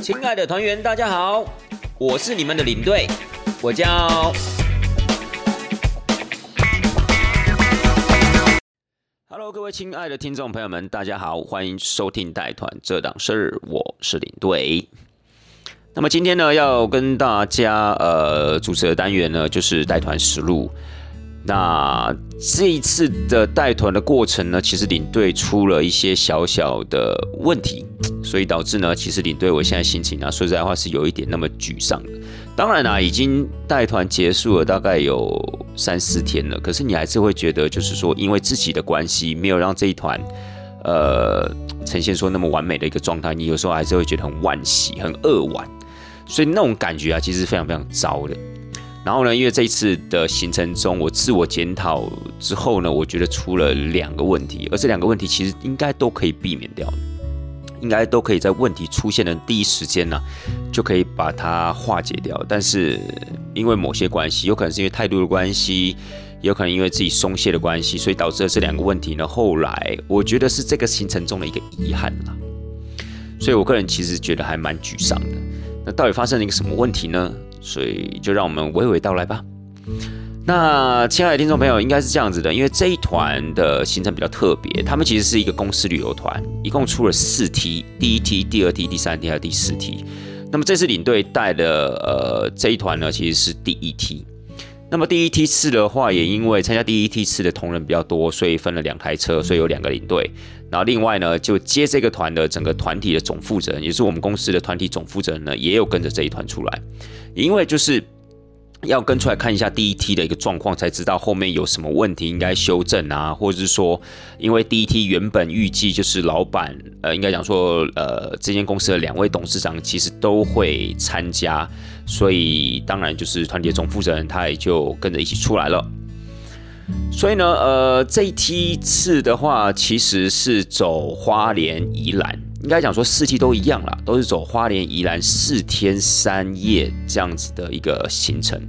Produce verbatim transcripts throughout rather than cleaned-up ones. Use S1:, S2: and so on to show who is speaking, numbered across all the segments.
S1: 亲爱的团员，大家好，我是你们的领队，我叫。Hello， 各位亲爱的听众朋友们，大家好，欢迎收听带团这档事，我是领队。那么今天呢，要跟大家呃主持的单元呢，就是带团实录。那这一次的带团的过程呢，其实领队出了一些小小的问题，所以导致呢，其实领队我现在心情啊，说实在话是有一点那么沮丧的。当然啊，已经带团结束了大概有三四天了，可是你还是会觉得，就是说，因为自己的关系，没有让这一团呃呈现说那么完美的一个状态，你有时候还是会觉得很惋惜、很扼腕，所以那种感觉啊，其实非常非常糟的。然后呢，因为这一次的行程中，我自我检讨之后呢，我觉得出了两个问题，而这两个问题其实应该都可以避免掉，应该都可以在问题出现的第一时间呢、啊，就可以把它化解掉。但是因为某些关系，有可能是因为态度的关系，也有可能因为自己松懈的关系，所以导致了这两个问题呢，后来我觉得是这个行程中的一个遗憾啦。所以我个人其实觉得还蛮沮丧的。那到底发生了一个什么问题呢？所以就让我们娓娓道来吧。那亲爱的听众朋友，应该是这样子的，因为这一团的行程比较特别，他们其实是一个公司旅游团，一共出了四梯，第一梯、第二梯、第三梯还有第四梯。那么这次领队带的呃这一团呢，其实是第一梯。那么第一梯次的话，也因为参加第一梯次的同仁比较多，所以分了两台车，所以有两个领队。然后另外呢，就接这个团的整个团体的总负责人，也是我们公司的团体总负责人呢，也有跟着这一团出来。因为就是要跟出来看一下第一梯的一个状况，才知道后面有什么问题应该修正啊，或者是说，因为第一梯原本预计就是老板，呃，应该讲说，呃，这间公司的两位董事长其实都会参加，所以当然就是团体的总负责人他也就跟着一起出来了。所以呢，呃，这一梯次的话，其实是走花莲宜兰。应该讲说四梯都一样啦，都是走花莲宜兰四天三夜这样子的一个行程。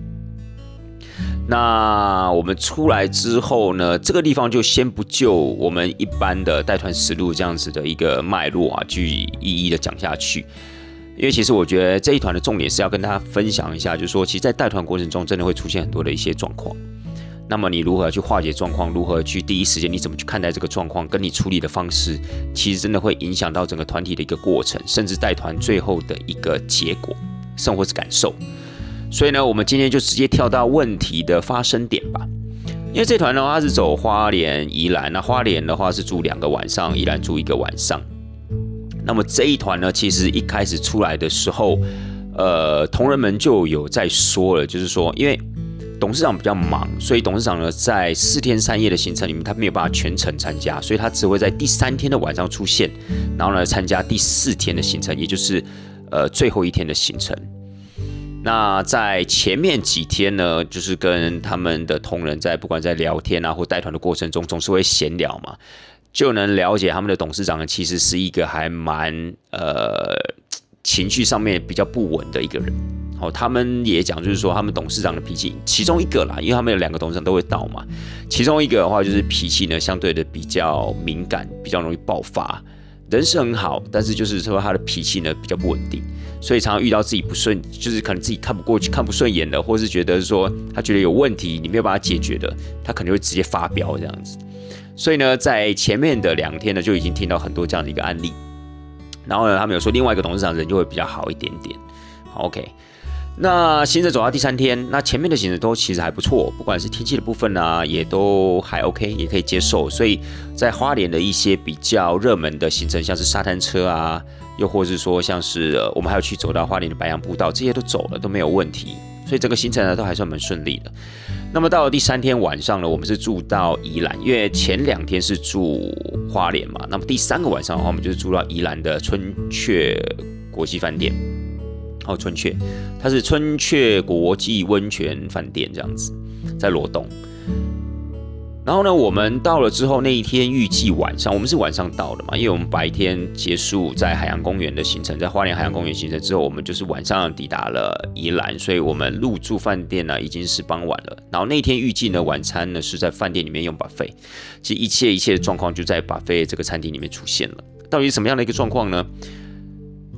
S1: 那我们出来之后呢，这个地方就先不就我们一般的带团实录这样子的一个脉络啊，去一一的讲下去。因为其实我觉得这一团的重点是要跟大家分享一下，就是说，其实在带团过程中真的会出现很多的一些状况。那么你如何去化解状况？如何去第一时间你怎么去看待这个状况？跟你处理的方式，其实真的会影响到整个团体的一个过程，甚至带团最后的一个结果，甚或是感受。所以呢，我们今天就直接跳到问题的发生点吧。因为这团呢，它是走花莲、宜兰，那花莲的话是住两个晚上，宜兰住一个晚上。那么这一团呢，其实一开始出来的时候，呃，同仁们就有在说了，就是说，因为董事长比较忙，所以董事长呢在四天三夜的行程里面，他没有办法全程参加，所以他只会在第三天的晚上出现，然后呢参加第四天的行程，也就是呃最后一天的行程。那在前面几天呢，就是跟他们的同仁在不管在聊天啊或带团的过程中，总是会闲聊嘛，就能了解他们的董事长呢其实是一个还蛮呃情绪上面比较不稳的一个人。哦，他们也讲，就是说他们董事长的脾气，其中一个啦，因为他们有两个董事长都会到嘛，其中一个的话就是脾气呢相对的比较敏感，比较容易爆发。人是很好，但是就是说他的脾气呢比较不稳定，所以常常遇到自己不顺，就是可能自己看不过去、看不顺眼的，或是觉得说他觉得有问题，你没有办法解决的，他可能会直接发飙这样子。所以呢，在前面的两天呢，就已经听到很多这样的一个案例。然后呢，他们有说另外一个董事长人就会比较好一点点。好 ，OK。那行程走到第三天，那前面的行程都其实还不错，不管是天气的部分啊，也都还 OK， 也可以接受。所以在花莲的一些比较热门的行程，像是沙滩车啊，又或是说像是、呃、我们还有去走到花莲的白杨步道，这些都走了都没有问题，所以整个行程呢都还算蛮顺利的。那么到了第三天晚上呢，我们是住到宜兰，因为前两天是住花莲嘛，那么第三个晚上的话，我们就是住到宜兰的春雀国际饭店。哦，春雀，它是春雀国际温泉饭店这样子，在罗东。然后呢，我们到了之后那一天预计晚上，我们是晚上到的嘛，因为我们白天结束在海洋公园的行程，在花莲海洋公园行程之后，我们就是晚上抵达了宜兰，所以我们入住饭店呢已经是傍晚了。然后那天预计呢晚餐呢是在饭店里面用 buffet， 其实一切一切的状况就在 buffet 这个餐厅里面出现了。到底是什么样的一个状况呢？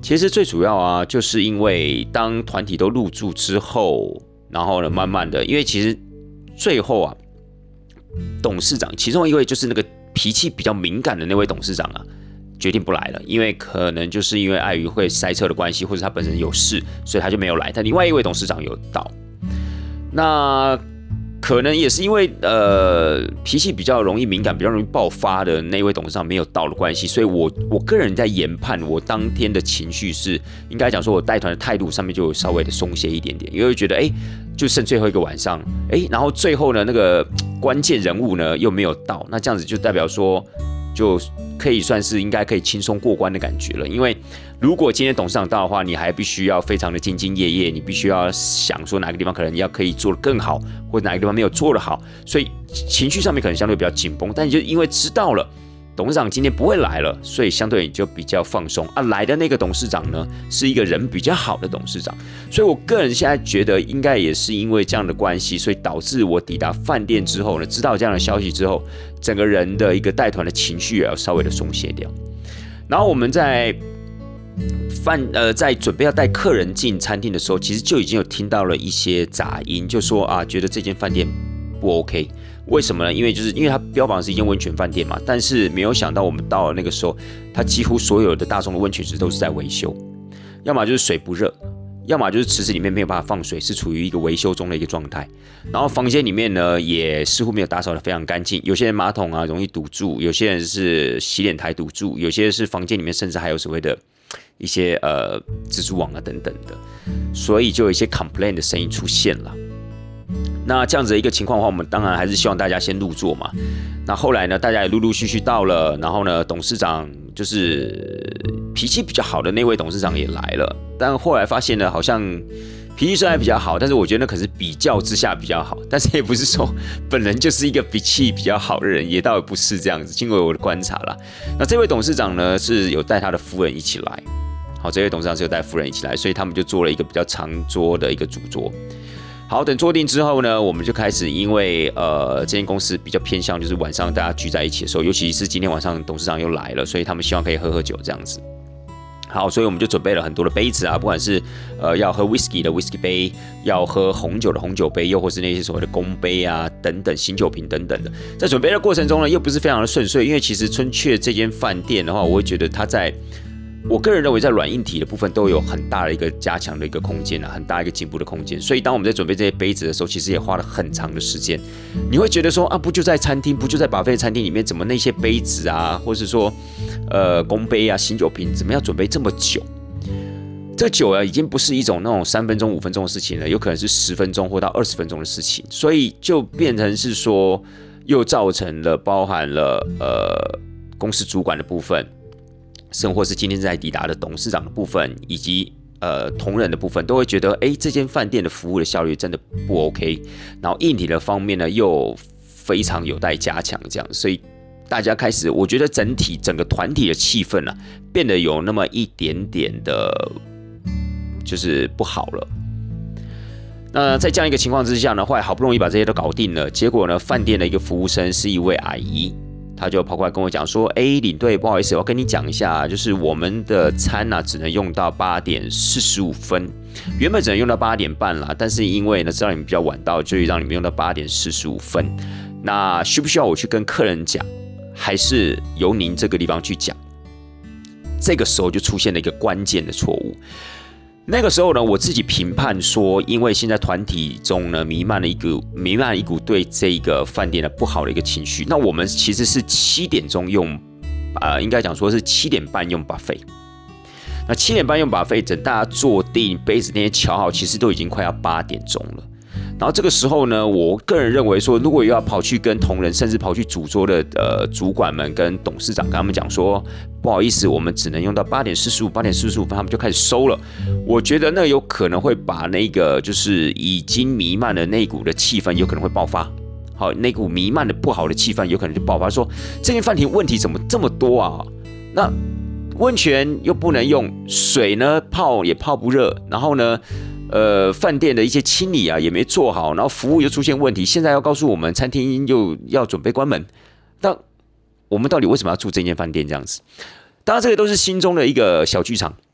S1: 其实最主要啊，就是因为当团体都入住之后，然后呢，慢慢的，因为其实最后啊，董事长其中一位就是那个脾气比较敏感的那位董事长啊，决定不来了，因为可能就是因为碍于会塞车的关系，或者他本身有事，所以他就没有来。但另外一位董事长有到，那可能也是因为呃脾气比较容易敏感、比较容易爆发的那位董事长没有到的关系，所以我我个人在研判，我当天的情绪是应该讲说，我带团的态度上面就有稍微的松懈一点点，因为觉得哎，就剩最后一个晚上，哎，然后最后呢那个关键人物呢又没有到，那这样子就代表说，就可以算是应该可以轻松过关的感觉了，因为如果今天董事长到的话，你还必须要非常的兢兢业业，你必须要想说哪个地方可能要可以做得更好，或者哪个地方没有做得好，所以情绪上面可能相对比较紧绷。但你就因为知道了董事长今天不会来了，所以相对你就比较放松啊。来的那个董事长呢，是一个人比较好的董事长，所以我个人现在觉得应该也是因为这样的关系，所以导致我抵达饭店之后呢，知道这样的消息之后，整个人的一个带团的情绪也要稍微的松懈掉。然后我们在饭呃，在准备要带客人进餐厅的时候，其实就已经有听到了一些杂音，就说啊，觉得这间饭店不 OK。为什么呢？因为就是因为它标榜是一间温泉饭店嘛，但是没有想到我们到了那个时候，它几乎所有的大众的温泉池都是在维修，要么就是水不热，要么就是池子里面没有办法放水，是处于一个维修中的一个状态。然后房间里面呢，也似乎没有打扫得非常干净，有些人马桶啊容易堵住，有些人是洗脸台堵住，有些是房间里面甚至还有所谓的一些呃蜘蛛网啊等等的，所以就有一些 complain 的声音出现了。那这样子的一个情况的话，我们当然还是希望大家先入座嘛。那后来呢，大家也陆陆续续到了，然后呢，董事长就是脾气比较好的那位董事长也来了，但后来发现呢，好像脾气虽然比较好，但是我觉得那可是比较之下比较好，但是也不是说本人就是一个脾气比较好的人，也倒也不是这样子。经过我的观察啦，那这位董事长呢是有带他的夫人一起来，好，这位董事长是有带夫人一起来，所以他们就做了一个比较长桌的一个主桌。好，等坐定之后呢，我们就开始，因为呃，这间公司比较偏向就是晚上大家聚在一起的时候，尤其是今天晚上董事长又来了，所以他们希望可以喝喝酒这样子。好，所以我们就准备了很多的杯子啊，不管是呃要喝 whisky 的 whisky 杯，要喝红酒的红酒杯，又或是那些所谓的公杯啊等等醒酒瓶等等的。在准备的过程中呢，又不是非常的顺遂，因为其实春雀这间饭店的话，我会觉得它在我个人认为在软硬体的部分都有很大的一个加强的一个空间啊，很大一个进步的空间。所以当我们在准备这些杯子的时候，其实也花了很长的时间。你会觉得说啊，不就在餐厅，不就在buffet餐厅里面，怎么那些杯子啊，或是说呃公杯啊、醒酒瓶，怎么样准备这么久？这久啊，已经不是一种那种三分钟、五分钟的事情了，有可能是十分钟或到二十分钟的事情。所以就变成是说，又造成了包含了呃公司主管的部分。甚或是今天在抵达的董事长的部分，以及呃同仁的部分，都会觉得，哎，这间饭店的服务的效率真的不 OK， 然后硬体的方面呢又非常有待加强，这样，所以大家开始，我觉得整体整个团体的气氛啊，变得有那么一点点的，就是不好了。那在这样一个情况之下呢，后来好不容易把这些都搞定了，结果呢，饭店的一个服务生是一位阿姨。他就跑过来跟我讲说：“哎，领队，不好意思，我要跟你讲一下，就是我们的餐呢、啊，只能用到八点四十五分，原本只能用到八点半啦，但是因为呢，知道你们比较晚到，就让你们用到八点四十五分。那需不需要我去跟客人讲，还是由您这个地方去讲？”这个时候就出现了一个关键的错误。那个时候呢，我自己评判说，因为现在团体中呢弥漫了一股弥漫了一股对这个饭店的不好的一个情绪。那我们其实是七点钟用，呃，应该讲说是七点半用 buffet。那七点半用 buffet， 等大家坐定杯子那些瞧好，其实都已经快要八点钟了。然后这个时候呢，我个人认为说，如果又要跑去跟同仁，甚至跑去主桌的呃主管们跟董事长跟他们讲说，不好意思，我们只能用到八点四十五，八点四十五分，他们就开始收了。我觉得那有可能会把那个就是已经弥漫的那股的气氛，有可能会爆发。好，那股弥漫的不好的气氛，有可能就爆发说，这间饭店问题怎么这么多啊？那温泉又不能用，水呢泡也泡不热，然后呢？呃，饭店的一些清理啊也没做好，然后服务又出现问题，现在要告诉我们餐厅又要准备关门，那我们到底为什么要住这间饭店这样子？当然，这个都是心中的一个小剧场。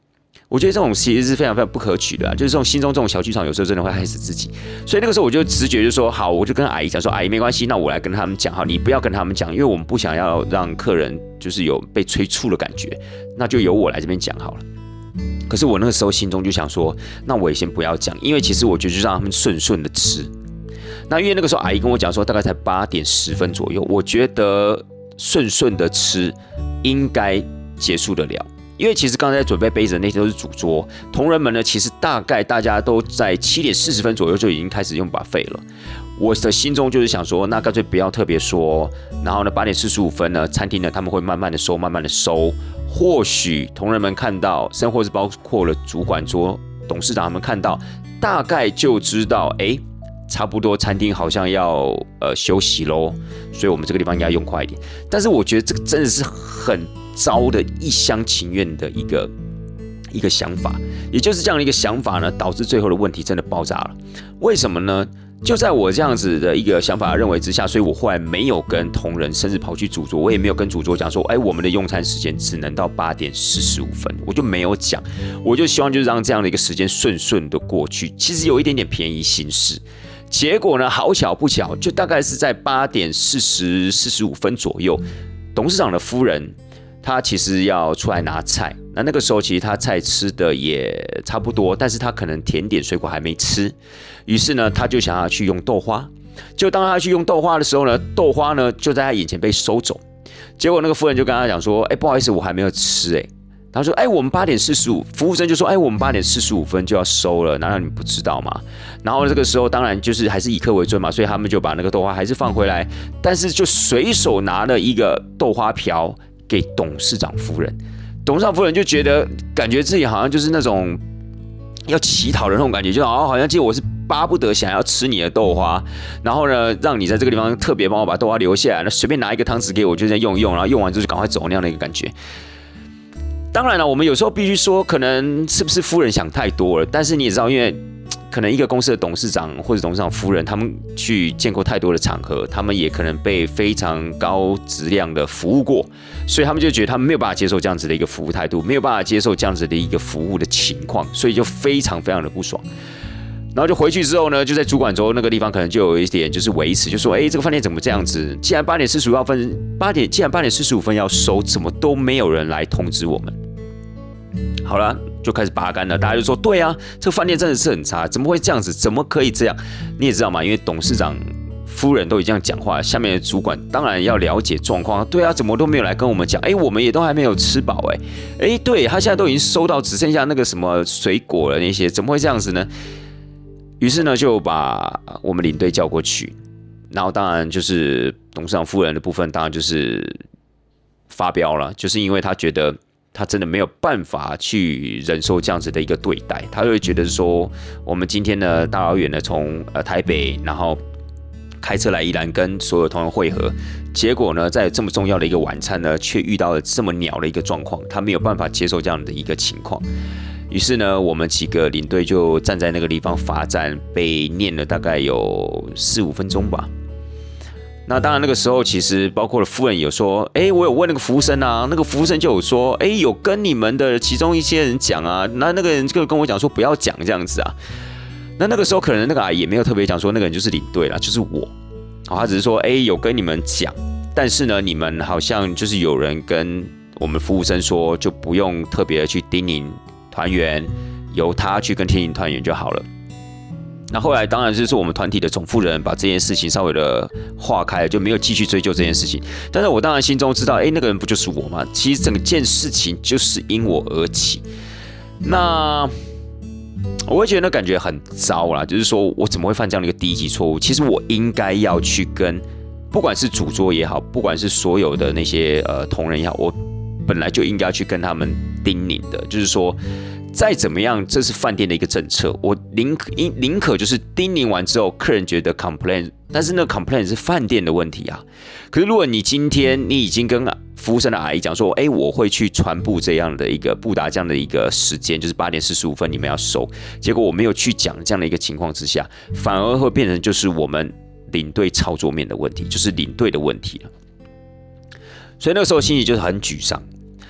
S1: 我觉得这种其实是非常非常不可取的、啊，就是这种心中这种小剧场，有时候真的会害死自己。所以那个时候我就直觉就说，好，我就跟阿姨讲说，阿姨没关系，那我来跟他们讲，好，你不要跟他们讲，因为我们不想要让客人就是有被催促的感觉，那就由我来这边讲好了。可是我那个时候心中就想说，那我也先不要讲，因为其实我觉得就让他们顺顺的吃。那因为那个时候阿姨跟我讲说，大概才八点十分左右，我觉得顺顺的吃应该结束得了。因为其实刚才在准备杯子的那天都是主桌，同仁们呢，其实大概大家都在七点四十分左右就已经开始用 buffet 了。我的心中就是想说，那干脆不要特别说，然后呢，八点四十五分呢，餐厅呢他们会慢慢的收，慢慢的收。或许同仁们看到，甚或是包括了主管桌、董事长他们看到，大概就知道，哎，差不多餐厅好像要呃休息咯，所以我们这个地方应该用快一点。但是我觉得这个真的是很糟的一厢情愿的一个一个想法，也就是这样的一个想法呢，导致最后的问题真的爆炸了。为什么呢？就在我这样子的一个想法认为之下，所以我后来没有跟同仁，甚至跑去主桌，我也没有跟主桌讲说，哎，我们的用餐时间只能到八点四十五分，我就没有讲，我就希望就是让这样的一个时间顺顺的过去，其实有一点点便宜行事。结果呢，好巧不巧，就大概是在八点四十四十五分左右，董事长的夫人她其实要出来拿菜，那那个时候其实她菜吃的也差不多，但是她可能甜点水果还没吃，于是呢，她就想要去用豆花。就当她去用豆花的时候呢，豆花呢就在她眼前被收走。结果那个夫人就跟她讲说：“哎，不好意思，我还没有吃。”哎，他说：“哎，我们八点四十五，服务生就说：哎，我们八点四十五分就要收了，难道你不知道吗？”然后这个时候当然就是还是以客为尊嘛，所以他们就把那个豆花还是放回来，但是就随手拿了一个豆花瓢给董事长夫人。董事长夫人就觉得感觉自己好像就是那种要乞讨的那种感觉，就好像好像记得我是巴不得想要吃你的豆花，然后呢，让你在这个地方特别帮我把豆花留下来，那随便拿一个汤匙给我，就这样用一用，然后用完之后就赶快走那样的一个感觉。当然了，我们有时候必须说，可能是不是夫人想太多了？但是你也知道，因为可能一个公司的董事长或者董事长夫人，他们去见过太多的场合，他们也可能被非常高质量的服务过，所以他们就觉得他们没有办法接受这样子的一个服务态度，没有办法接受这样子的一个服务的情况，所以就非常非常的不爽。然后就回去之后呢，就在主管桌那个地方，可能就有一点就是维持，就说：“哎，这个饭店怎么这样子？既然八点四十五分，八点既然八点四十五分要收，怎么都没有人来通知我们？”好了，就开始拔竿了。大家就说：“对啊，这个饭店真的是很差，怎么会这样子？怎么可以这样？”你也知道嘛，因为董事长夫人都已经这样讲话，下面的主管当然要了解状况。对啊，怎么都没有来跟我们讲？哎，我们也都还没有吃饱哎。哎，对他现在都已经收到只剩下那个什么水果了那些，怎么会这样子呢？于是呢，就把我们领队叫过去，然后当然就是董事长夫人的部分，当然就是发飙了，就是因为他觉得他真的没有办法去忍受这样子的一个对待，他就会觉得说，我们今天呢大老远的从呃台北，然后开车来宜兰跟所有同仁会合，结果呢，在这么重要的一个晚餐呢，却遇到了这么鸟的一个状况，他没有办法接受这样的一个情况。于是呢，我们几个领队就站在那个地方罚站，被念了大概有四五分钟吧。那当然，那个时候其实包括了夫人有说，哎，我有问那个服务生啊，那个服务生就有说，哎，有跟你们的其中一些人讲啊，那那个人就跟我讲说不要讲这样子啊。那那个时候可能那个阿姨也没有特别讲说那个人就是领队啦，就是我，好，他只是说，哎，有跟你们讲，但是呢，你们好像就是有人跟我们服务生说，就不用特别去叮咛团员，由他去跟叮咛团员就好了。那后来当然就是我们团体的总负责人把这件事情稍微的化开了，就没有继续追究这件事情。但是我当然心中知道，哎，那个人不就是我吗？其实整件事情就是因我而起。那我会觉得那感觉很糟啦，就是说我怎么会犯这样的一个低级错误？其实我应该要去跟，不管是主桌也好，不管是所有的那些呃同仁也好，我本来就应该要去跟他们叮咛的，就是说，再怎么样，这是饭店的一个政策，我宁可宁可就是叮咛完之后，客人觉得 complain， 但是那个 complain 是饭店的问题啊。可是如果你今天你已经跟服务生的阿姨讲说，哎，我会去传布这样的一个布达这样的一个时间，就是八点四十五分你们要收，结果我没有去讲这样的一个情况之下，反而会变成就是我们领队操作面的问题，就是领队的问题了。所以那个时候心里就是很沮丧。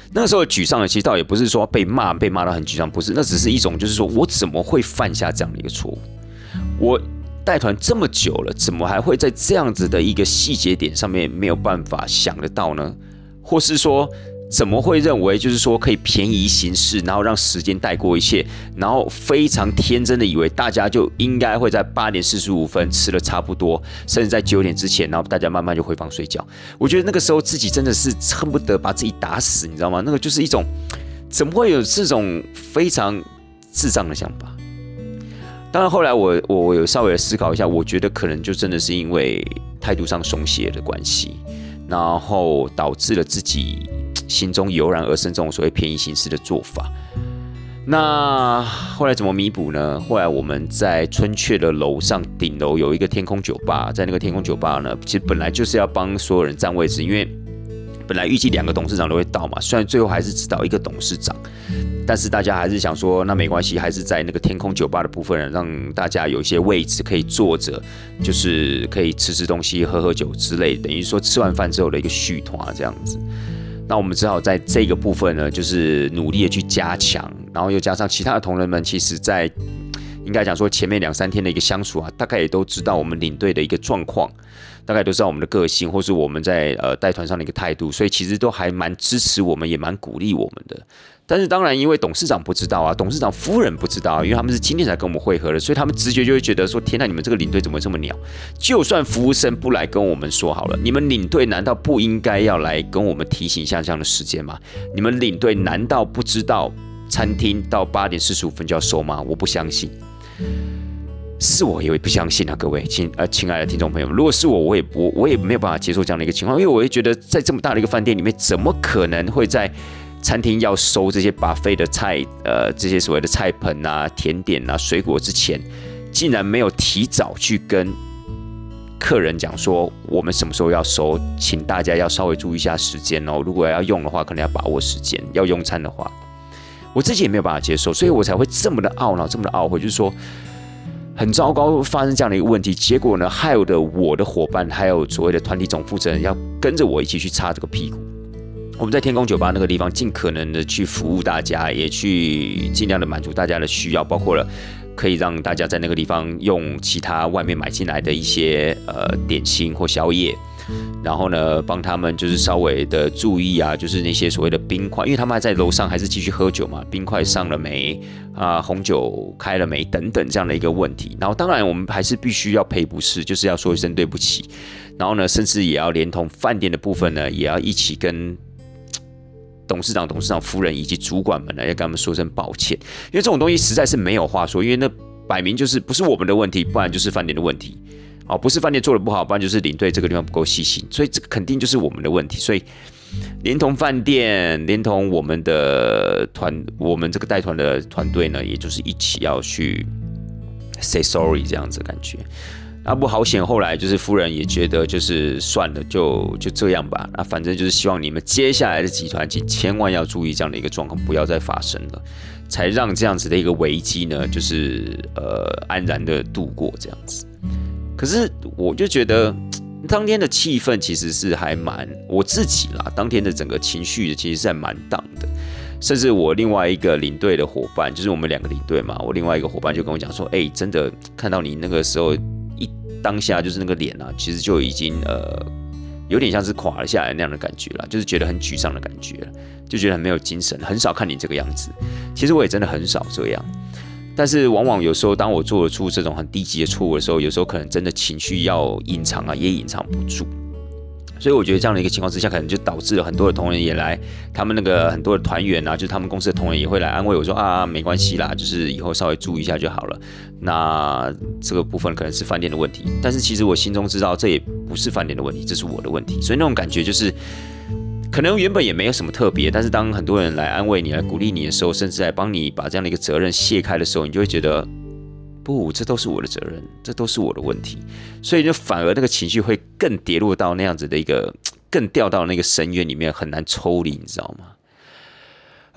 S1: 那个时候沮丧的，其实倒也不是说被骂被骂到很沮丧，不是，那只是一种就是说我怎么会犯下这样的一个错误？我带团这么久了，怎么还会在这样子的一个细节点上面没有办法想得到呢？或是说，怎么会认为就是说可以便宜行事，然后让时间带过一切，然后非常天真的以为大家就应该会在八点四十五分吃的差不多，甚至在九点之前，然后大家慢慢就回房睡觉。我觉得那个时候自己真的是恨不得把自己打死，你知道吗？那个就是一种怎么会有这种非常智障的想法？当然后来我我有稍微的思考一下，我觉得可能就真的是因为态度上松懈的关系，然后导致了自己心中油然而生这种所谓便宜行事的做法。那后来怎么弥补呢？后来我们在春雀的楼上顶楼有一个天空酒吧，在那个天空酒吧呢，其实本来就是要帮所有人占位置，因为本来预计两个董事长都会到嘛，虽然最后还是只到一个董事长，但是大家还是想说，那没关系，还是在那个天空酒吧的部分，让大家有一些位置可以坐着，就是可以吃吃东西、喝喝酒之类的，等于说吃完饭之后的一个续团这样子。那我们只好在这个部分呢，就是努力的去加强，然后又加上其他的同仁们，其实在应该讲说前面两三天的一个相处啊，大概也都知道我们领队的一个状况，大概都知道我们的个性，或是我们在呃带团上的一个态度，所以其实都还蛮支持我们，也蛮鼓励我们的。但是当然，因为董事长不知道啊，董事长夫人不知道啊，因为他们是今天才跟我们会合的，所以他们直觉就会觉得说：天哪，你们这个领队怎么会这么鸟？就算服务生不来跟我们说好了，你们领队难道不应该要来跟我们提醒一下这样的时间吗？你们领队难道不知道餐厅到八点四十五分就要收吗？我不相信。是我也不相信啊，各位亲呃亲爱的听众朋友们，如果是我，我也我我也没有办法接受这样的一个情况，因为我会觉得在这么大的一个饭店里面，怎么可能会在餐厅要收这些 buffet 的菜，呃，这些所谓的菜盆啊、甜点啊、水果之前，竟然没有提早去跟客人讲说，我们什么时候要收，请大家要稍微注意一下时间哦。如果要用的话，可能要把握时间；要用餐的话，我自己也没有办法接受，所以我才会这么的懊恼，这么的懊悔，就是说。很糟糕，发生这样的一个问题，结果呢，害得我的伙伴还有所谓的团体总负责人要跟着我一起去擦这个屁股。我们在天空酒吧那个地方，尽可能的去服务大家，也去尽量的满足大家的需要，包括了可以让大家在那个地方用其他外面买进来的一些呃点心或宵夜。然后呢，帮他们就是稍微的注意啊，就是那些所谓的冰块，因为他们还在楼上还是继续喝酒嘛，冰块上了没啊，红酒开了没等等这样的一个问题。然后当然我们还是必须要赔不是，就是要说一声对不起。然后呢，甚至也要连同饭店的部分呢，也要一起跟董事长、董事长夫人以及主管们呢，要跟他们说声抱歉，因为这种东西实在是没有话说，因为那摆明就是不是我们的问题，不然就是饭店的问题。哦，不是饭店做的不好，不然就是领队这个地方不够细心，所以这个肯定就是我们的问题。所以，连同饭店，连同我们的团，我们这个带团的团队呢，也就是一起要去 say sorry 这样子的感觉。啊，不好险，后来就是夫人也觉得就是算了，就就这样吧。那反正就是希望你们接下来的集团，请千万要注意这样的一个状况，不要再发生了，才让这样子的一个危机呢，就是呃安然的度过这样子。可是我就觉得当天的气氛其实是还蛮我自己啦，当天的整个情绪其实是还蛮荡的，甚至我另外一个领队的伙伴，就是我们两个领队嘛，我另外一个伙伴就跟我讲说，哎、欸，真的看到你那个时候一当下就是那个脸啊，其实就已经呃有点像是垮了下来那样的感觉啦，就是觉得很沮丧的感觉，就觉得很没有精神，很少看你这个样子。其实我也真的很少这样。但是往往有时候，当我做得出这种很低级的错误的时候，有时候可能真的情绪要隐藏啊，也隐藏不住。所以我觉得这样的一个情况之下，可能就导致了很多的同仁也来，他们那个很多的团员啊，就是他们公司的同仁也会来安慰我说啊，没关系啦，就是以后稍微注意一下就好了。那这个部分可能是饭店的问题，但是其实我心中知道，这也不是饭店的问题，这是我的问题。所以那种感觉就是。可能原本也没有什么特别，但是当很多人来安慰你、来鼓励你的时候，甚至来帮你把这样的一个责任卸开的时候，你就会觉得，不，这都是我的责任，这都是我的问题，所以就反而那个情绪会更跌落到那样子的一个，更掉到那个深渊里面，很难抽离，你知道吗？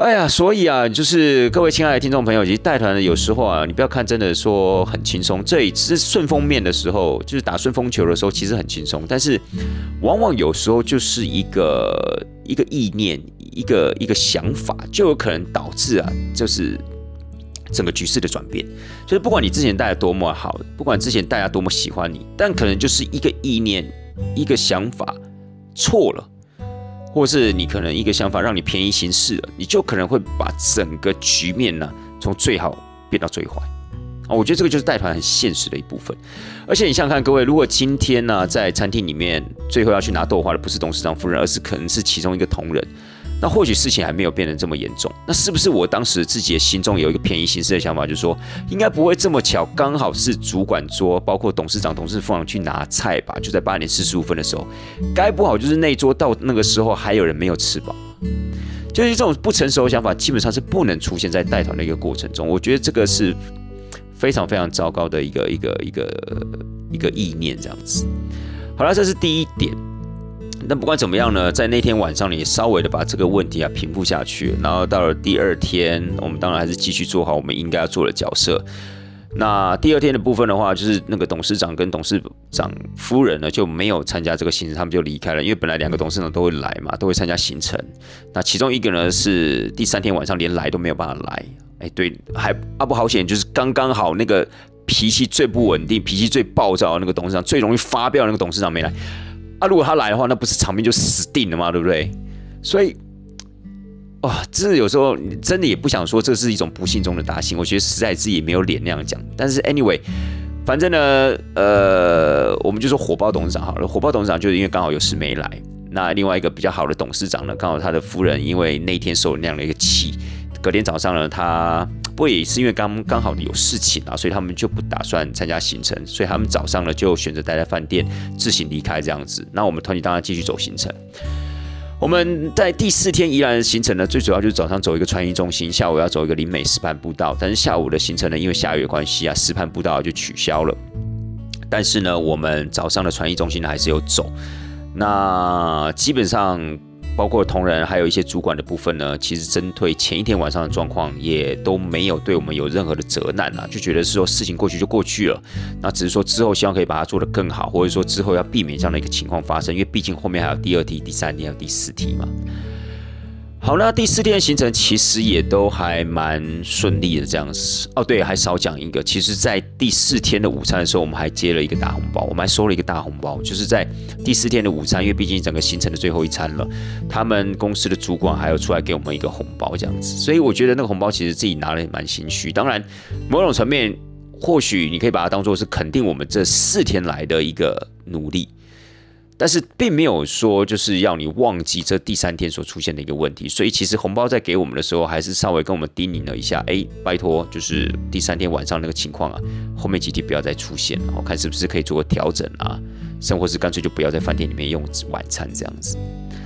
S1: 哎呀，所以啊，就是各位亲爱的听众朋友，其实带团的有时候啊，你不要看真的说很轻松，这里是顺风面的时候，就是打顺风球的时候，其实很轻松，但是往往有时候就是一个一个意念，一个一个想法，就有可能导致啊，就是整个局势的转变。就是不管你之前带的多么好，不管之前大家多么喜欢你，但可能就是一个意念，一个想法错了。或是你可能一个想法让你便宜行事了，你就可能会把整个局面呢从最好变到最坏。我觉得这个就是带团很现实的一部分。而且你想想看，各位，如果今天呢在餐厅里面最后要去拿豆花的不是董事长夫人，而是可能是其中一个同仁，那或许事情还没有变得这么严重。那是不是我当时自己的心中有一个便宜行事的想法，就是说应该不会这么巧，刚好是主管桌，包括董事长、董事副长去拿菜吧？就在八点四十五分的时候，该不好就是那桌到那个时候还有人没有吃饱。就是这种不成熟的想法，基本上是不能出现在带团的一个过程中。我觉得这个是非常非常糟糕的一个一个一个一个意念，这样子。好了，这是第一点。但不管怎么样呢，在那天晚上，你稍微的把这个问题啊平复下去，然后到了第二天，我们当然还是继续做好我们应该要做的角色。那第二天的部分的话，就是那个董事长跟董事长夫人呢就没有参加这个行程，他们就离开了，因为本来两个董事长都会来嘛，都会参加行程。那其中一个呢是第三天晚上连来都没有办法来，哎，对，还啊不好险，就是刚刚好那个脾气最不稳定、脾气最暴躁的那个董事长，最容易发飙的那个董事长没来。啊，如果他来的话，那不是场面就死定了吗？对不对？所以，哇，真的有时候真的也不想说这是一种不幸中的大幸。我觉得实在自己也没有脸那样讲。但是 anyway， 反正呢，呃，我们就说火爆董事长好了。火爆董事长就是因为刚好有事没来。那另外一个比较好的董事长呢，刚好他的夫人因为那一天受了那样的一个气，隔天早上呢，他。不过也是因为刚刚好有事情啊，所以他们就不打算参加行程，所以他们早上呢就选择待在饭店自行离开这样子。那我们团体当然继续走行程。我们在第四天宜兰的行程呢，最主要就是早上走一个传艺中心，下午要走一个林美石畔步道。但是下午的行程呢，因为下雨的关系啊，石畔步道就取消了。但是呢，我们早上的传艺中心呢还是有走。那基本上。包括同仁还有一些主管的部分呢，其实针对前一天晚上的状况，也都没有对我们有任何的责难啊，就觉得是说事情过去就过去了，那只是说之后希望可以把它做得更好，或者说之后要避免这样的一个情况发生，因为毕竟后面还有第二梯、第三梯还有第四梯嘛。好，那第四天的行程其实也都还蛮顺利的这样子。哦，对，还少讲一个，其实在第四天的午餐的时候，我们还接了一个大红包，我们还收了一个大红包，就是在第四天的午餐，因为毕竟整个行程的最后一餐了，他们公司的主管还有出来给我们一个红包这样子，所以我觉得那个红包其实自己拿了也蛮心虚。当然，某种层面，或许你可以把它当作是肯定我们这四天来的一个努力。但是并没有说就是要你忘记这第三天所出现的一个问题，所以其实红包在给我们的时候，还是稍微跟我们叮咛了一下，哎，拜托，就是第三天晚上那个情况啊，后面几天不要再出现了，我看是不是可以做个调整啊，甚或是干脆就不要在饭店里面用晚餐这样子。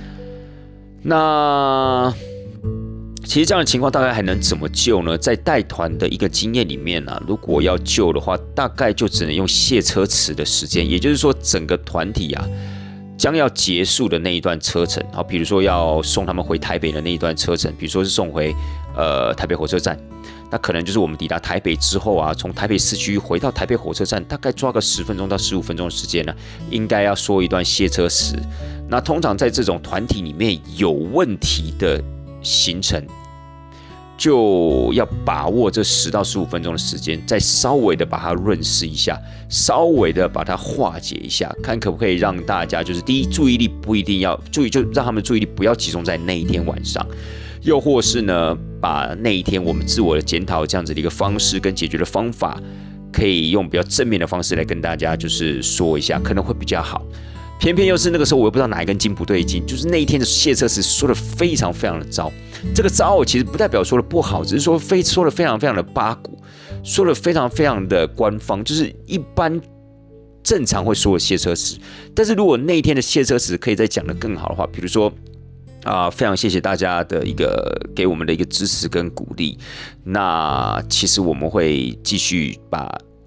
S1: 那其实这样的情况大概还能怎么救呢？在带团的一个经验里面啊，如果要救的话，大概就只能用卸车池的时间，也就是说整个团体啊。将要结束的那一段车程，好，比如说要送他们回台北的那一段车程，比如说是送回呃台北火车站，那可能就是我们抵达台北之后啊，从台北市区回到台北火车站，大概抓个十分钟到十五分钟的时间呢，应该要说一段卸车时。那通常在这种团体里面有问题的行程，就要把握这十到十五分钟的时间，再稍微的把它润饰一下，稍微的把它化解一下，看可不可以让大家就是第一注意力不一定要注意，就让他们注意力不要集中在那一天晚上，又或是呢，把那一天我们自我的检讨这样子的一个方式跟解决的方法，可以用比较正面的方式来跟大家就是说一下，可能会比较好。偏偏又是那个时候，我又不知道哪一根筋不对劲，就是那一天的卸车时说的非常非常的糟。这个糟其实不代表说的不好，只是说非说的非常非常的八股，说的非常非常的官方，就是一般正常会说的卸车时。但是如果那一天的卸车时可以再讲得更好的话，比如说啊、呃，非常谢谢大家的一个给我们的一个支持跟鼓励。那其实我们会继续把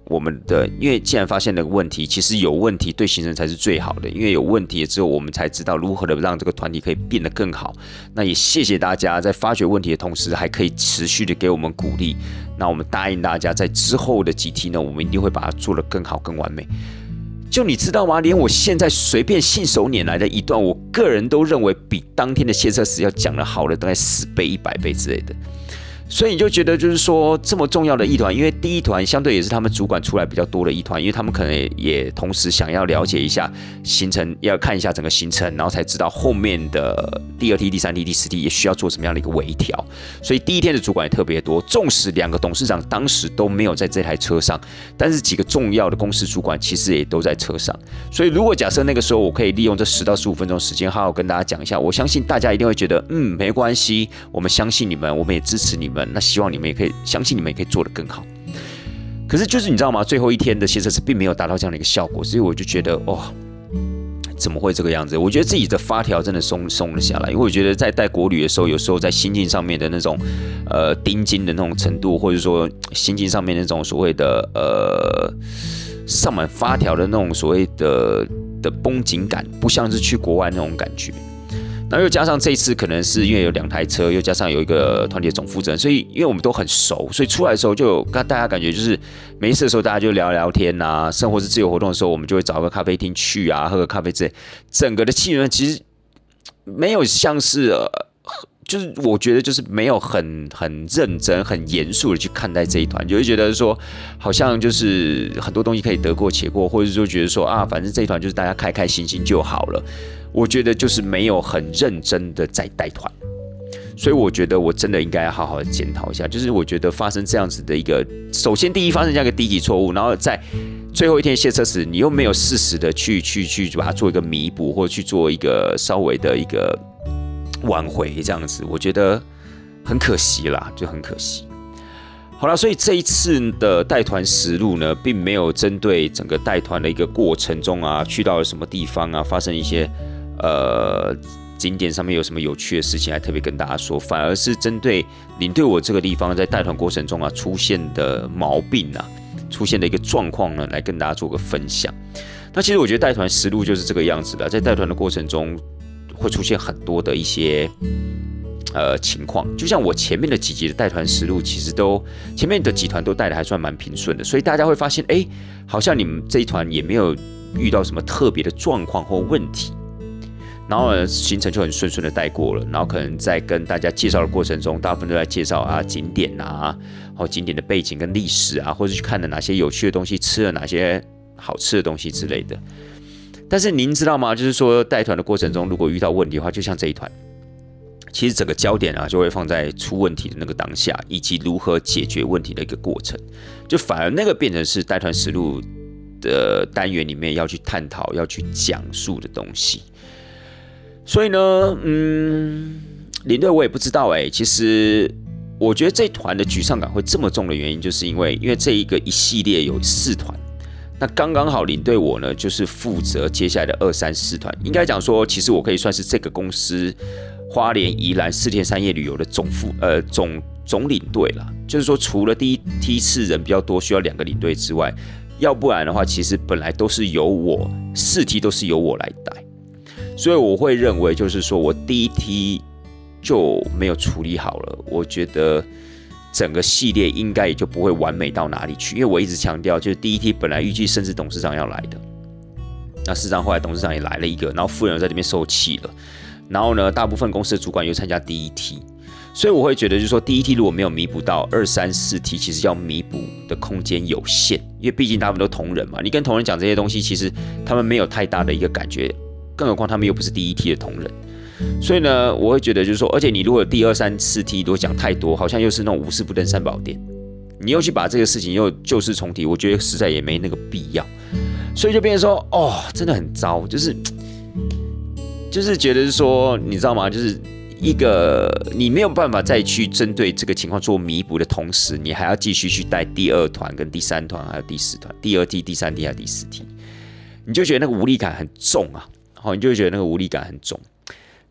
S1: 我们的，因为既然发现了问题，其实有问题对行程才是最好的，因为有问题之后，我们才知道如何的让这个团体可以变得更好。那也谢谢大家在发掘问题的同时，还可以持续的给我们鼓励。那我们答应大家，在之后的几题呢，我们一定会把它做得更好、更完美。就你知道吗？连我现在随便信手拈来的一段，我个人都认为比当天的谢车时要讲的好了大概十倍、一百倍之类的。所以你就觉得，就是说这么重要的一团，因为第一团相对也是他们主管出来比较多的一团，因为他们可能 也, 也同时想要了解一下行程，要看一下整个行程，然后才知道后面的第二梯、第三梯、第四梯也需要做什么样的一个微调。所以第一天的主管也特别多，纵使两个董事长当时都没有在这台车上，但是几个重要的公司主管其实也都在车上。所以如果假设那个时候我可以利用这十到十五分钟时间，好好跟大家讲一下，我相信大家一定会觉得，嗯，没关系，我们相信你们，我们也支持你们。那希望你们也可以相信，你们也可以做得更好。可是就是你知道吗？最后一天的谢车时并没有达到这样的一个效果，所以我就觉得，哇、哦，怎么会这个样子？我觉得自己的发条真的松松了下来，因为我觉得在带国旅的时候，有时候在心境上面的那种呃盯紧的那种程度，或者说心境上面那种所谓的呃上满发条的那种所谓的的绷紧感，不像是去国外那种感觉。然后又加上这一次可能是因为有两台车，又加上有一个团体的总负责人，所以因为我们都很熟，所以出来的时候就有大家感觉就是没事的时候大家就聊聊天啊，生活是自由活动的时候，我们就会找个咖啡厅去啊，喝个咖啡之类。整个的气氛其实没有像是、呃、就是我觉得就是没有很很认真、很严肃的去看待这一团，就会觉得说好像就是很多东西可以得过且过，或者说觉得说啊，反正这一团就是大家开开心心就好了。我觉得就是没有很认真的在带团，所以我觉得我真的应该要好好的检讨一下。就是我觉得发生这样子的一个，首先第一发生这样一个低级错误，然后在最后一天卸车时，你又没有适时的去去去把它做一个弥补，或者去做一个稍微的一个挽回，这样子，我觉得很可惜啦，就很可惜。好了，所以这一次的带团实录呢，并没有针对整个带团的一个过程中啊，去到了什么地方啊，发生一些呃景点上面有什么有趣的事情，还特别跟大家说，反而是针对领队我这个地方在带团过程中啊出现的毛病啊，出现的一个状况呢，来跟大家做个分享。那其实我觉得带团实录就是这个样子的，在带团的过程中会出现很多的一些。呃，情况就像我前面的几集的带团实录，其实都前面的几团都带的还算蛮平顺的，所以大家会发现，哎，好像你们这一团也没有遇到什么特别的状况或问题，然后呢，行程就很顺顺的带过了，然后可能在跟大家介绍的过程中，大部分都在介绍啊景点啊，或景点的背景跟历史啊，或者去看了哪些有趣的东西，吃了哪些好吃的东西之类的。但是您知道吗？就是说带团的过程中，如果遇到问题的话，就像这一团。其实整个焦点啊，就会放在出问题的那个当下，以及如何解决问题的一个过程。就反而那个变成是带团实录的单元里面要去探讨、要去讲述的东西。所以呢，嗯，领队我也不知道哎、欸。其实我觉得这团的沮丧感会这么重的原因，就是因为因为这一个一系列有四团。那刚刚好，领队我呢就是负责接下来的二三四团。应该讲说，其实我可以算是这个公司。花莲、宜兰四天三夜旅游的总副呃总总领队啦，就是说除了第一梯次人比较多，需要两个领队之外，要不然的话，其实本来都是由我四梯都是由我来带，所以我会认为就是说我第一梯就没有处理好了，我觉得整个系列应该也就不会完美到哪里去，因为我一直强调，就是第一梯本来预计甚至董事长要来的，那事实上后来董事长也来了一个，然后副人在这边受气了。然后呢，大部分公司的主管又参加第一梯，所以我会觉得，就是说第一梯如果没有弥补到二三四梯，其实要弥补的空间有限，因为毕竟他们都同仁嘛，你跟同仁讲这些东西，其实他们没有太大的一个感觉，更何况他们又不是第一梯的同仁，所以呢，我会觉得就是说，而且你如果第二三四梯如果讲太多，好像又是那种无事不登三宝殿，你又去把这个事情又旧事重提，我觉得实在也没那个必要，所以就变成说，哦，真的很糟，就是。就是觉得说，你知道吗？就是一个你没有办法再去针对这个情况做弥补的同时，你还要继续去带第二团、跟第三团，还有第四团、第二梯、第三梯还有第四梯，你就觉得那个无力感很重啊！好，你就会觉得那个无力感很重。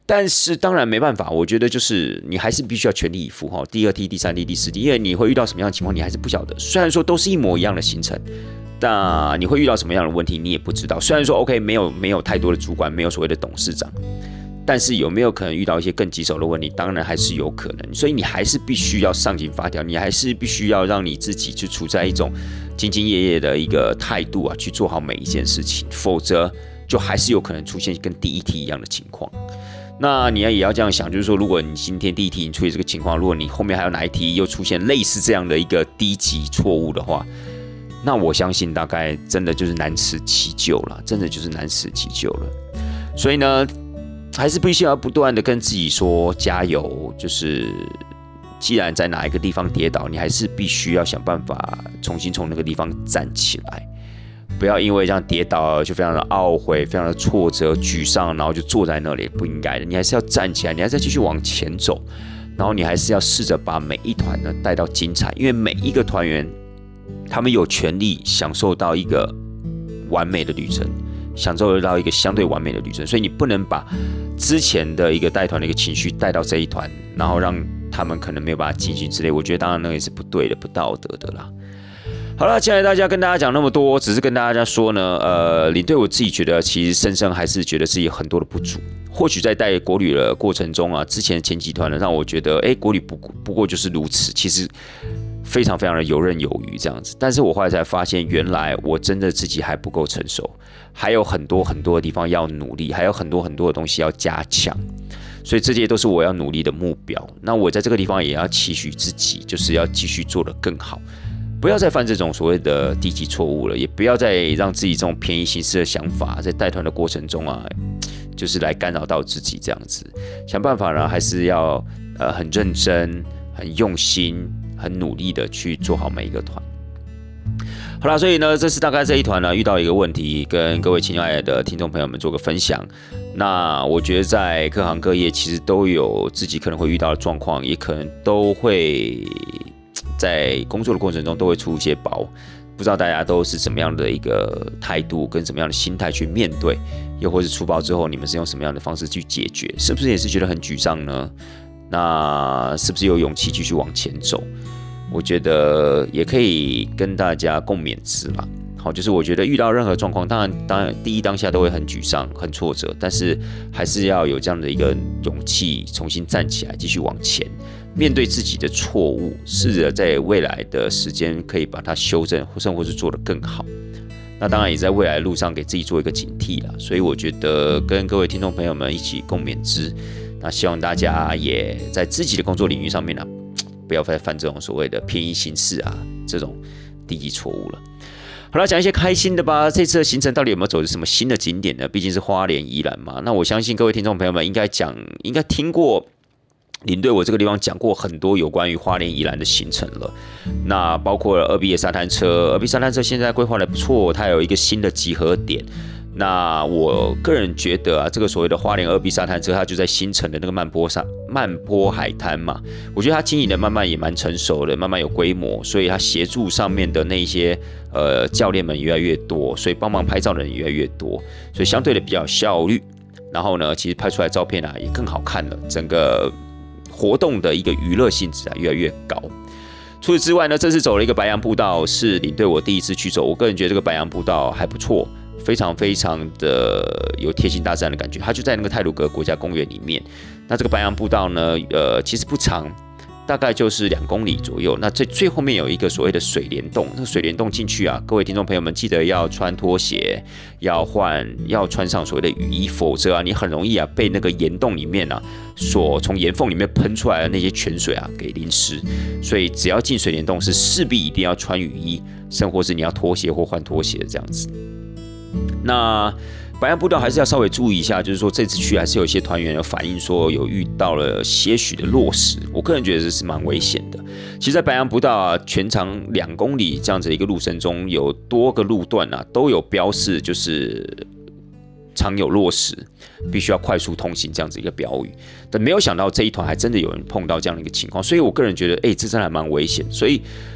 S1: 但是当然没办法，我觉得就是你还是必须要全力以赴哈。第二梯、第三梯、第四梯，因为你会遇到什么样的情况，你还是不晓得。虽然说都是一模一样的行程，但你会遇到什么样的问题，你也不知道。虽然说 OK 没有没有太多的主管，没有所谓的董事长，但是有没有可能遇到一些更棘手的问题？当然还是有可能。所以你还是必须要上紧发条，你还是必须要让你自己就处在一种兢兢业业的一个态度啊，去做好每一件事情，否则就还是有可能出现跟第一梯一样的情况。那你也要这样想，就是说，如果你今天第一题你出现这个情况，如果你后面还有哪一题又出现类似这样的一个低级错误的话，那我相信大概真的就是难辞其咎了，真的就是难辞其咎了。所以呢，还是必须要不断的跟自己说加油，就是既然在哪一个地方跌倒，你还是必须要想办法重新从那个地方站起来。不要因为这样跌倒就非常的懊悔、非常的挫折、沮丧，然后就坐在那里，不应该的。你还是要站起来，你还是要继续往前走，然后你还是要试着把每一团呢带到精彩，因为每一个团员他们有权利享受到一个完美的旅程，享受到一个相对完美的旅程，所以你不能把之前的一个带团的一个情绪带到这一团，然后让他们可能没有办法进行之类。我觉得当然那个也是不对的、不道德的啦。好了，接下来大家跟大家讲那么多，只是跟大家说呢，呃，领队我自己觉得，其实深深还是觉得自己很多的不足。或许在带国旅的过程中啊，之前前几团呢，让我觉得，哎，国旅不不过就是如此，其实非常非常的游刃有余这样子。但是我后来才发现，原来我真的自己还不够成熟，还有很多很多的地方要努力，还有很多很多的东西要加强。所以这些都是我要努力的目标。那我在这个地方也要期许自己，就是要继续做得更好。不要再犯这种所谓的低级错误了，也不要再让自己这种便宜行事的想法在带团的过程中啊，就是来干扰到自己这样子。想办法呢，还是要呃很认真、很用心、很努力的去做好每一个团。好啦，所以呢，这次大概这一团呢遇到一个问题，跟各位亲爱的听众朋友们做个分享。那我觉得在各行各业其实都有自己可能会遇到的状况，也可能都会。在工作的过程中都会出一些包，不知道大家都是怎么样的一个态度跟怎么样的心态去面对，又或是出包之后你们是用什么样的方式去解决，是不是也是觉得很沮丧呢？那是不是有勇气继续往前走？我觉得也可以跟大家共勉之啦。好，就是我觉得遇到任何状况，当然，当然，第一当下都会很沮丧、很挫折，但是还是要有这样的一个勇气，重新站起来，继续往前，面对自己的错误，试着在未来的时间可以把它修正，甚或是做得更好。那当然也在未来的路上给自己做一个警惕啦。所以我觉得跟各位听众朋友们一起共勉之。那希望大家也在自己的工作领域上面呢、啊，不要再犯这种所谓的便宜行事啊这种低级错误了。好了，讲一些开心的吧。这次的行程到底有没有走什么新的景点呢？毕竟是花莲宜兰嘛。那我相信各位听众朋友们应该讲，应该听过领队我这个地方讲过很多有关于花莲宜兰的行程了。那包括了二 B 的沙滩车，二 B 沙滩车现在规划的不错，它有一个新的集合点。那我个人觉得啊，这个所谓的花莲二 B 沙滩车，它就在新城的那个慢坡上慢坡海滩嘛。我觉得它经营的慢慢也蛮成熟的，慢慢有规模，所以它协助上面的那些呃教练们越来越多，所以帮忙拍照的人也越来越多，所以相对的比较有效率。然后呢，其实拍出来的照片啊也更好看了，整个活动的一个娱乐性质啊越来越高。除此之外呢，这次走了一个白杨步道，是领队我第一次去走，我个人觉得这个白杨步道还不错。非常非常的有贴近大自然的感觉，它就在那个太鲁阁国家公园里面。那这个白杨步道呢，呃，其实不长，大概就是两公里左右。那最最后面有一个所谓的水帘洞，那个水帘洞进去啊，各位听众朋友们记得要穿拖鞋，要换要穿上所谓的雨衣，否则啊，你很容易啊被那个岩洞里面啊所从岩缝里面喷出来的那些泉水啊给淋湿。所以只要进水帘洞是势必一定要穿雨衣，甚或是你要脱鞋或换拖鞋这样子。那白杨步道还是要稍微注意一下，就是说这次去还是有一些团员有反映说有遇到了些许的落石，我个人觉得这是蛮危险的。其实，在白杨步道啊，全长两公里这样子的一个路程中，有多个路段啊都有标示，就是常有落石，必须要快速通行这样子一个标语。但没有想到这一团还真的有人碰到这样的一个情况，所以我个人觉得，哎、欸，这真的还蛮危险。所以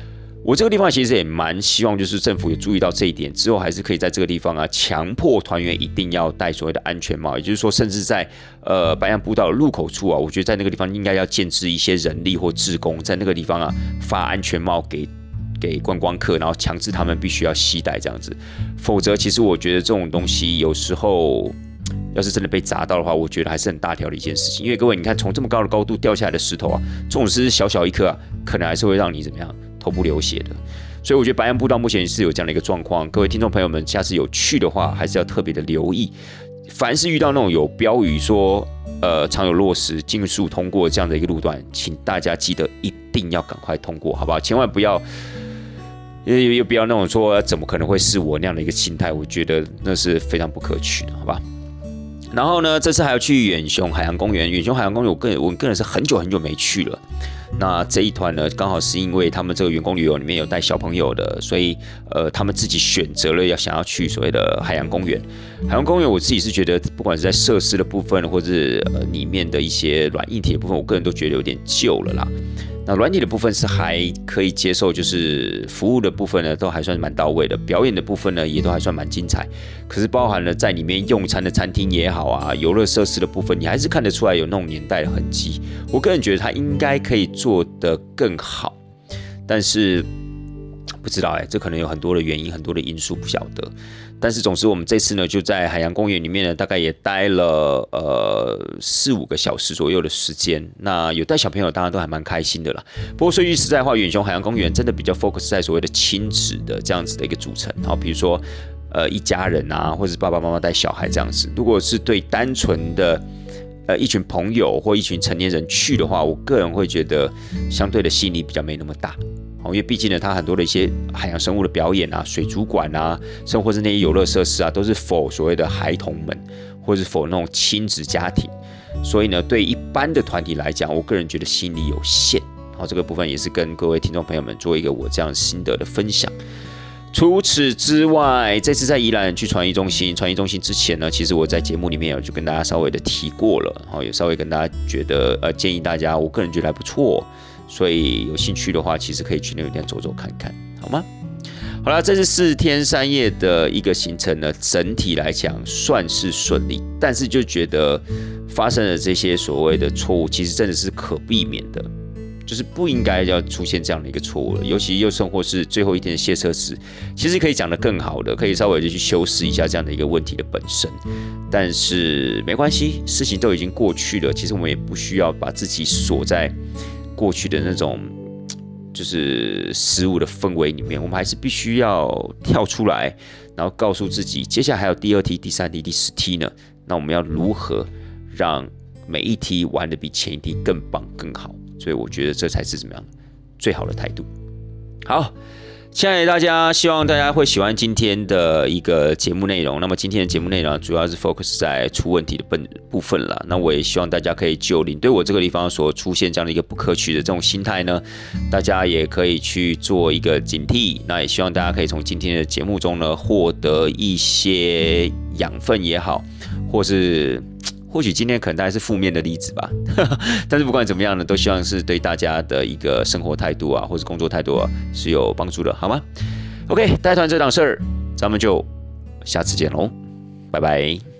S1: 我这个地方其实也蛮希望，就是政府有注意到这一点之后，还是可以在这个地方啊，强迫团员一定要戴所谓的安全帽，也就是说，甚至在呃白杨步道的入口处啊，我觉得在那个地方应该要建置一些人力或志工，在那个地方啊发安全帽给给观光客，然后强制他们必须要携带这样子，否则其实我觉得这种东西有时候。要是真的被砸到的话，我觉得还是很大条的一件事情。因为各位，你看从这么高的高度掉下来的石头啊，这种是小小一颗啊，可能还是会让你怎么样头部流血的。所以我觉得白杨步道目前是有这样的一个状况。各位听众朋友们，下次有去的话，还是要特别的留意。凡是遇到那种有标语说呃常有落石、禁速通过这样的一个路段，请大家记得一定要赶快通过，好不好？千万不要。也也不要那种说怎么可能会是我那样的一个心态，我觉得那是非常不可取的，好吧？然后呢，这次还要去远雄海洋公园。远雄海洋公园，我个人我个人是很久很久没去了。那这一团呢，刚好是因为他们这个员工旅游里面有带小朋友的，所以呃，他们自己选择了要想要去所谓的海洋公园。海洋公园，我自己是觉得，不管是在设施的部分，或是呃里面的一些软硬体的部分，我个人都觉得有点旧了啦。那软体的部分是还可以接受，就是服务的部分呢，都还算蛮到位的。表演的部分呢，也都还算蛮精彩。可是包含了在里面用餐的餐厅也好啊，游乐设施的部分，你还是看得出来有那种年代的痕迹。我个人觉得它应该可以做得更好，但是不知道哎、欸，这可能有很多的原因，很多的因素不晓得。但是总之，我们这次呢，就在海洋公园里面呢，大概也待了呃四五个小时左右的时间。那有带小朋友，当然都还蛮开心的啦。不过说句实在话，远雄海洋公园真的比较 focus 在所谓的亲子的这样子的一个组成，好，比如说呃一家人啊，或者是爸爸妈妈带小孩这样子。如果是对单纯的呃一群朋友或一群成年人去的话，我个人会觉得相对的吸引力比较没那么大。因为毕竟呢，它很多的一些海洋生物的表演啊、水族馆啊，甚或是那些游乐设施啊，都是 for 所谓的孩童们，或是 for 那种亲子家庭。所以呢，对一般的团体来讲，我个人觉得吸引力有限。好，这个部分也是跟各位听众朋友们做一个我这样心得的分享。除此之外，这次在宜兰去传艺中心，传艺中心之前呢，其实我在节目里面有就跟大家稍微的提过了，好，也稍微跟大家觉得呃建议大家，我个人觉得还不错。所以有兴趣的话，其实可以去那个地方走走看看，好吗？好了，这是四天三夜的一个行程呢，整体来讲算是顺利，但是就觉得发生了这些所谓的错误，其实真的是可避免的，就是不应该要出现这样的一个错误了。尤其又甚或是最后一天的卸车时，其实可以讲得更好的，可以稍微的去修饰一下这样的一个问题的本身。但是没关系，事情都已经过去了，其实我们也不需要把自己锁在过去的那种就是失误的氛围里面，我们还是必须要跳出来，然后告诉自己，接下来还有第二梯、第三梯、第四梯呢。那我们要如何让每一梯玩得比前一梯更棒、更好？所以我觉得这才是怎么样最好的态度。好。亲爱的大家，希望大家会喜欢今天的一个节目内容。那么今天的节目内容主要是 focus 在出问题的部分啦。那我也希望大家可以就领队我这个地方所出现这样的一个不可取的这种心态呢，大家也可以去做一个警惕。那也希望大家可以从今天的节目中呢，获得一些养分也好，或是或许今天可能大概是负面的例子吧，但是不管怎么样呢，都希望是对大家的一个生活态度啊，或是工作态度啊是有帮助的，好吗 ？OK， 带团这档事儿，咱们就下次见喽，拜拜。